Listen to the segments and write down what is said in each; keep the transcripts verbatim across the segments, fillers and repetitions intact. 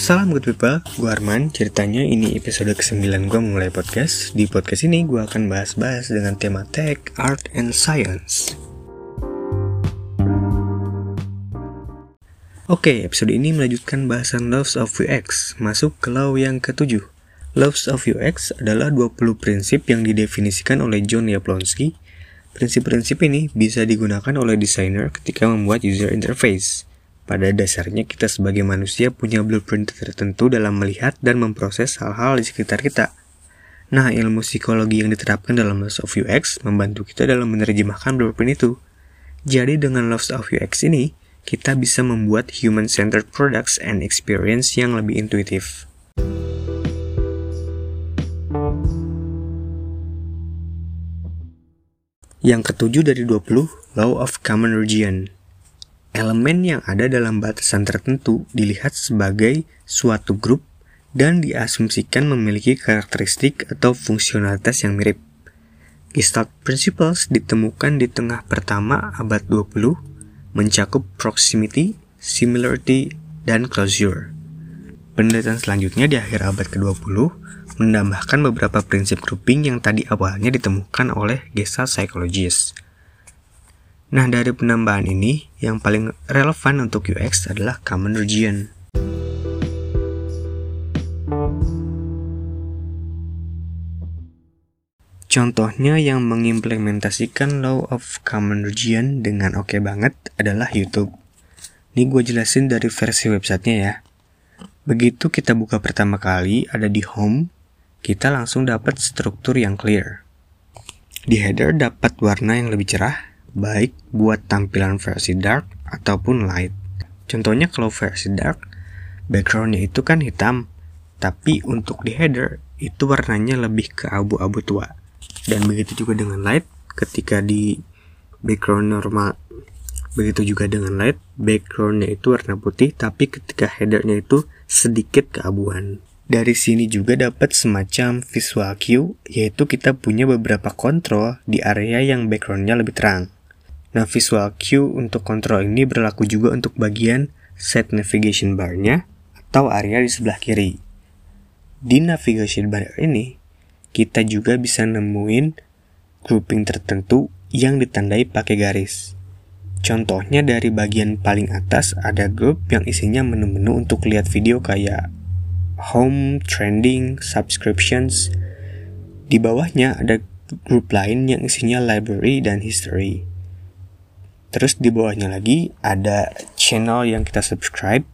Salam good people, gue Arman. Ceritanya ini episode kesembilan gue memulai podcast. Di podcast ini gue akan bahas-bahas dengan tema tech, art, and science. Oke, episode ini melanjutkan bahasan Laws of U X. Masuk ke law yang ketujuh. Laws of U X adalah dua puluh prinsip yang didefinisikan oleh John Jablonski. Prinsip-prinsip ini bisa digunakan oleh desainer ketika membuat user interface. Pada dasarnya kita sebagai manusia punya blueprint tertentu dalam melihat dan memproses hal-hal di sekitar kita. Nah, ilmu psikologi yang diterapkan dalam Laws of U X membantu kita dalam menerjemahkan blueprint itu. Jadi dengan Laws of U X ini, kita bisa membuat human-centered products and experience yang lebih intuitif. Yang ketujuh dari dua puluh, Law of Common Region. Elemen yang ada dalam batasan tertentu dilihat sebagai suatu grup dan diasumsikan memiliki karakteristik atau fungsionalitas yang mirip. Gestalt Principles ditemukan di tengah pertama abad dua puluh, mencakup proximity, similarity, dan closure. Penelitian selanjutnya di akhir abad ke dua puluh menambahkan beberapa prinsip grouping yang tadi awalnya ditemukan oleh Gestalt psychologists. Nah, dari penambahan ini, yang paling relevan untuk U X adalah common region. Contohnya yang mengimplementasikan Law of Common Region dengan oke banget adalah YouTube. Ini gue jelasin dari versi websitenya ya. Begitu kita buka pertama kali, ada di home, kita langsung dapat struktur yang clear. Di header dapat warna yang lebih cerah, baik buat tampilan versi dark ataupun light. Contohnya kalau versi dark, backgroundnya itu kan hitam, tapi untuk di header, itu warnanya lebih ke abu-abu tua. Dan begitu juga dengan light, ketika di background normal, begitu juga dengan light, backgroundnya itu warna putih, tapi ketika headernya itu sedikit keabuan. Dari sini juga dapat semacam visual cue, yaitu kita punya beberapa kontrol di area yang backgroundnya lebih terang. Nah, visual cue untuk kontrol ini berlaku juga untuk bagian set navigation bar-nya atau area di sebelah kiri. Di navigation bar ini, kita juga bisa nemuin grouping tertentu yang ditandai pakai garis. Contohnya dari bagian paling atas ada group yang isinya menu-menu untuk lihat video kayak home, trending, subscriptions. Di bawahnya ada grup lain yang isinya library dan history. Terus di bawahnya lagi ada channel yang kita subscribe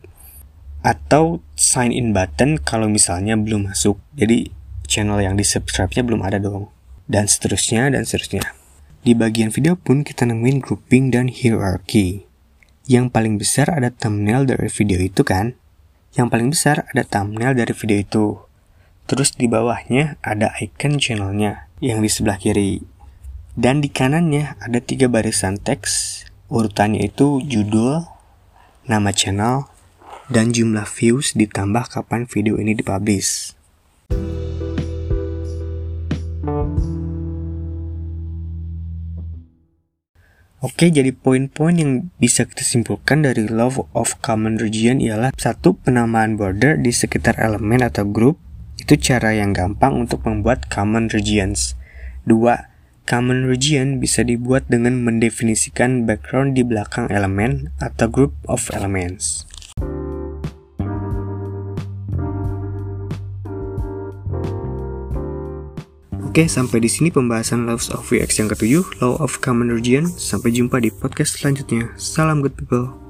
atau sign in button kalau misalnya belum masuk. Jadi channel yang di subscribe-nya belum ada dong. Dan seterusnya dan seterusnya. Di bagian video pun kita nemuin grouping dan hierarchy. Yang paling besar ada thumbnail dari video itu kan? Yang paling besar ada thumbnail dari video itu. Terus di bawahnya ada icon channelnya yang di sebelah kiri. Dan di kanannya ada tiga barisan teks. Urutannya itu judul, nama channel, dan jumlah views ditambah kapan video ini dipublish. Oke, jadi poin-poin yang bisa kita simpulkan dari Law of Common Region ialah satu, penamaan border di sekitar elemen atau grup. Itu cara yang gampang untuk membuat common regions. Dua, common region bisa dibuat dengan mendefinisikan background di belakang elemen atau group of elements. Oke, sampai di sini pembahasan Laws of U X yang ketujuh, Law of Common Region. Sampai jumpa di podcast selanjutnya. Salam good people.